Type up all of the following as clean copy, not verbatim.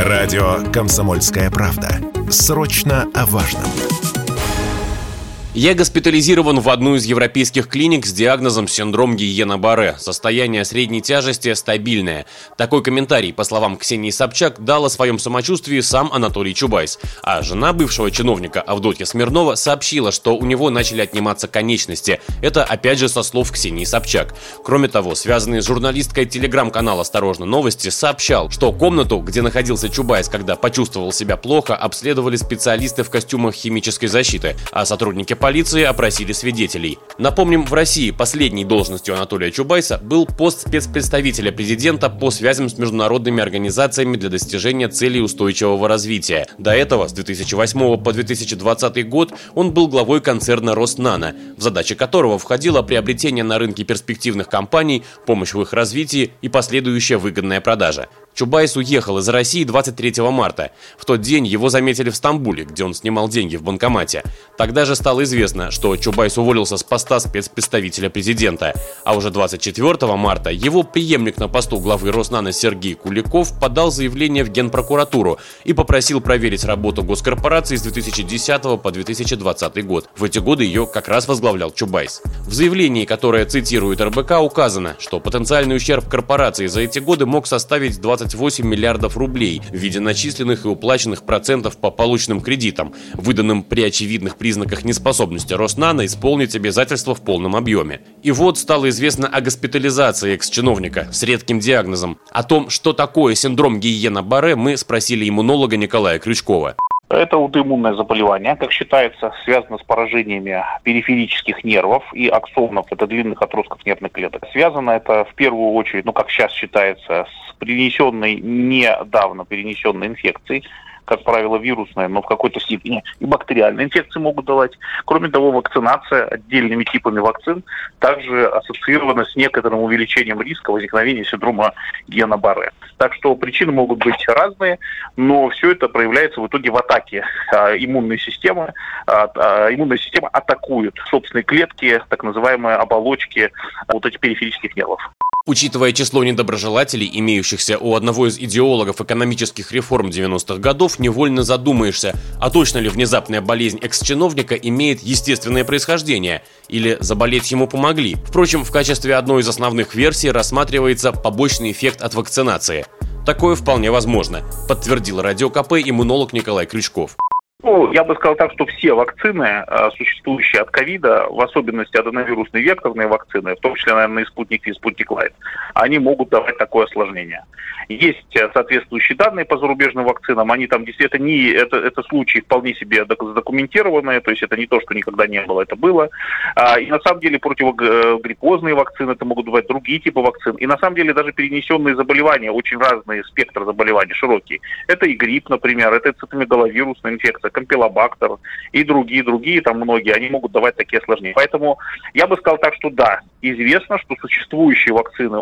Радио «Комсомольская правда». Срочно о важном. Я госпитализирован в одну из европейских клиник с диагнозом синдром Гийена-Барре. Состояние средней тяжести стабильное. Такой комментарий, по словам Ксении Собчак, дал о своем самочувствии сам Анатолий Чубайс. А жена бывшего чиновника Авдотья Смирнова сообщила, что у него начали отниматься конечности. Это опять же со слов Ксении Собчак. Кроме того, связанный с журналисткой телеграм-канала «Осторожно, новости» сообщал, что комнату, где находился Чубайс, когда почувствовал себя плохо, обследовали специалисты в костюмах химической защиты, а сотрудники полиции опросили свидетелей. Напомним, в России последней должностью Анатолия Чубайса был пост спецпредставителя президента по связям с международными организациями для достижения целей устойчивого развития. До этого, с 2008 по 2020 год, он был главой концерна «Роснано», в задачи которого входило приобретение на рынке перспективных компаний, помощь в их развитии и последующая выгодная продажа. Чубайс уехал из России 23 марта. В тот день его заметили в Стамбуле, где он снимал деньги в банкомате. Тогда же стало известно, что Чубайс уволился с поста спецпредставителя президента. А уже 24 марта его преемник на посту главы Роснано Сергей Куликов подал заявление в Генпрокуратуру и попросил проверить работу госкорпорации с 2010 по 2020 год. В эти годы ее как раз возглавлял Чубайс. В заявлении, которое цитирует РБК, указано, что потенциальный ущерб корпорации за эти годы мог составить 28 миллиардов рублей в виде начисленных и уплаченных процентов по полученным кредитам, выданным при очевидных признаках неспособности Роснано исполнить обязательства в полном объеме. И вот стало известно о госпитализации экс-чиновника с редким диагнозом. О том, что такое синдром Гийена-Барре, мы спросили иммунолога Николая Крючкова. Это аутоиммунное заболевание, как считается, связано с поражениями периферических нервов и аксонов, это длинных отростков нервных клеток. Связано это в первую очередь, как сейчас считается, с недавно перенесенной инфекцией, как правило, вирусная, но в какой-то степени и бактериальные инфекции могут давать. Кроме того, вакцинация отдельными типами вакцин также ассоциирована с некоторым увеличением риска возникновения синдрома Гийена-Барре. Так что причины могут быть разные, но все это проявляется в итоге в атаке иммунной системы. Иммунная система атакует собственные клетки, так называемые оболочки этих периферических нервов. Учитывая число недоброжелателей, имеющихся у одного из идеологов экономических реформ 90-х годов, невольно задумаешься, а точно ли внезапная болезнь экс-чиновника имеет естественное происхождение, или заболеть ему помогли. Впрочем, в качестве одной из основных версий рассматривается побочный эффект от вакцинации. Такое вполне возможно, подтвердил Радио КП иммунолог Николай Крючков. Я бы сказал так, что все вакцины, существующие от ковида, в особенности аденовирусные векторные вакцины, в том числе, наверное, и Спутник, и Спутник Лайт, они могут давать такое осложнение. Есть соответствующие данные по зарубежным вакцинам, они там действительно это случаи вполне себе задокументированные, то есть это не то, что никогда не было, это было. И на самом деле противогриппозные вакцины, это могут бывать другие типы вакцин. И на самом деле даже перенесенные заболевания, очень разные спектр заболеваний, широкий. Это и грипп, например, это цитомегаловирусная инфекция, кампилобактер и другие, там многие, они могут давать такие осложнения. Поэтому я бы сказал так, что да, известно, что существующие вакцины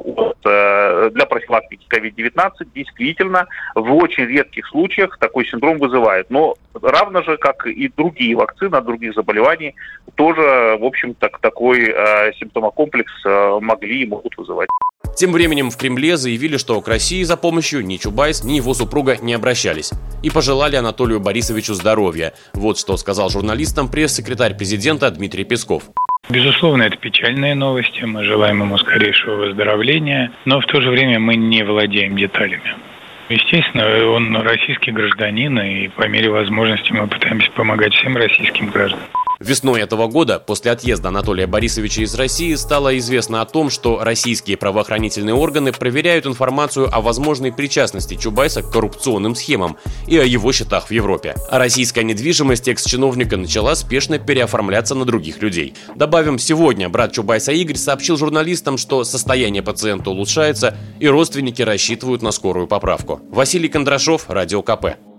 для профилактики COVID-19 действительно в очень редких случаях такой синдром вызывает. Но равно же, как и другие вакцины от других заболеваний, тоже, в общем-то, такой симптомокомплекс могли и могут вызывать. Тем временем в Кремле заявили, что к России за помощью ни Чубайс, ни его супруга не обращались. И пожелали Анатолию Борисовичу здоровья. Вот что сказал журналистам пресс-секретарь президента Дмитрий Песков. Безусловно, это печальные новости. Мы желаем ему скорейшего выздоровления. Но в то же время мы не владеем деталями. Естественно, он российский гражданин, и по мере возможности мы пытаемся помогать всем российским гражданам. Весной этого года, после отъезда Анатолия Борисовича из России, стало известно о том, что российские правоохранительные органы проверяют информацию о возможной причастности Чубайса к коррупционным схемам и о его счетах в Европе. А российская недвижимость экс-чиновника начала спешно переоформляться на других людей. Добавим, сегодня брат Чубайса Игорь сообщил журналистам, что состояние пациента улучшается и родственники рассчитывают на скорую поправку. Василий Кондрашов, Радио КП.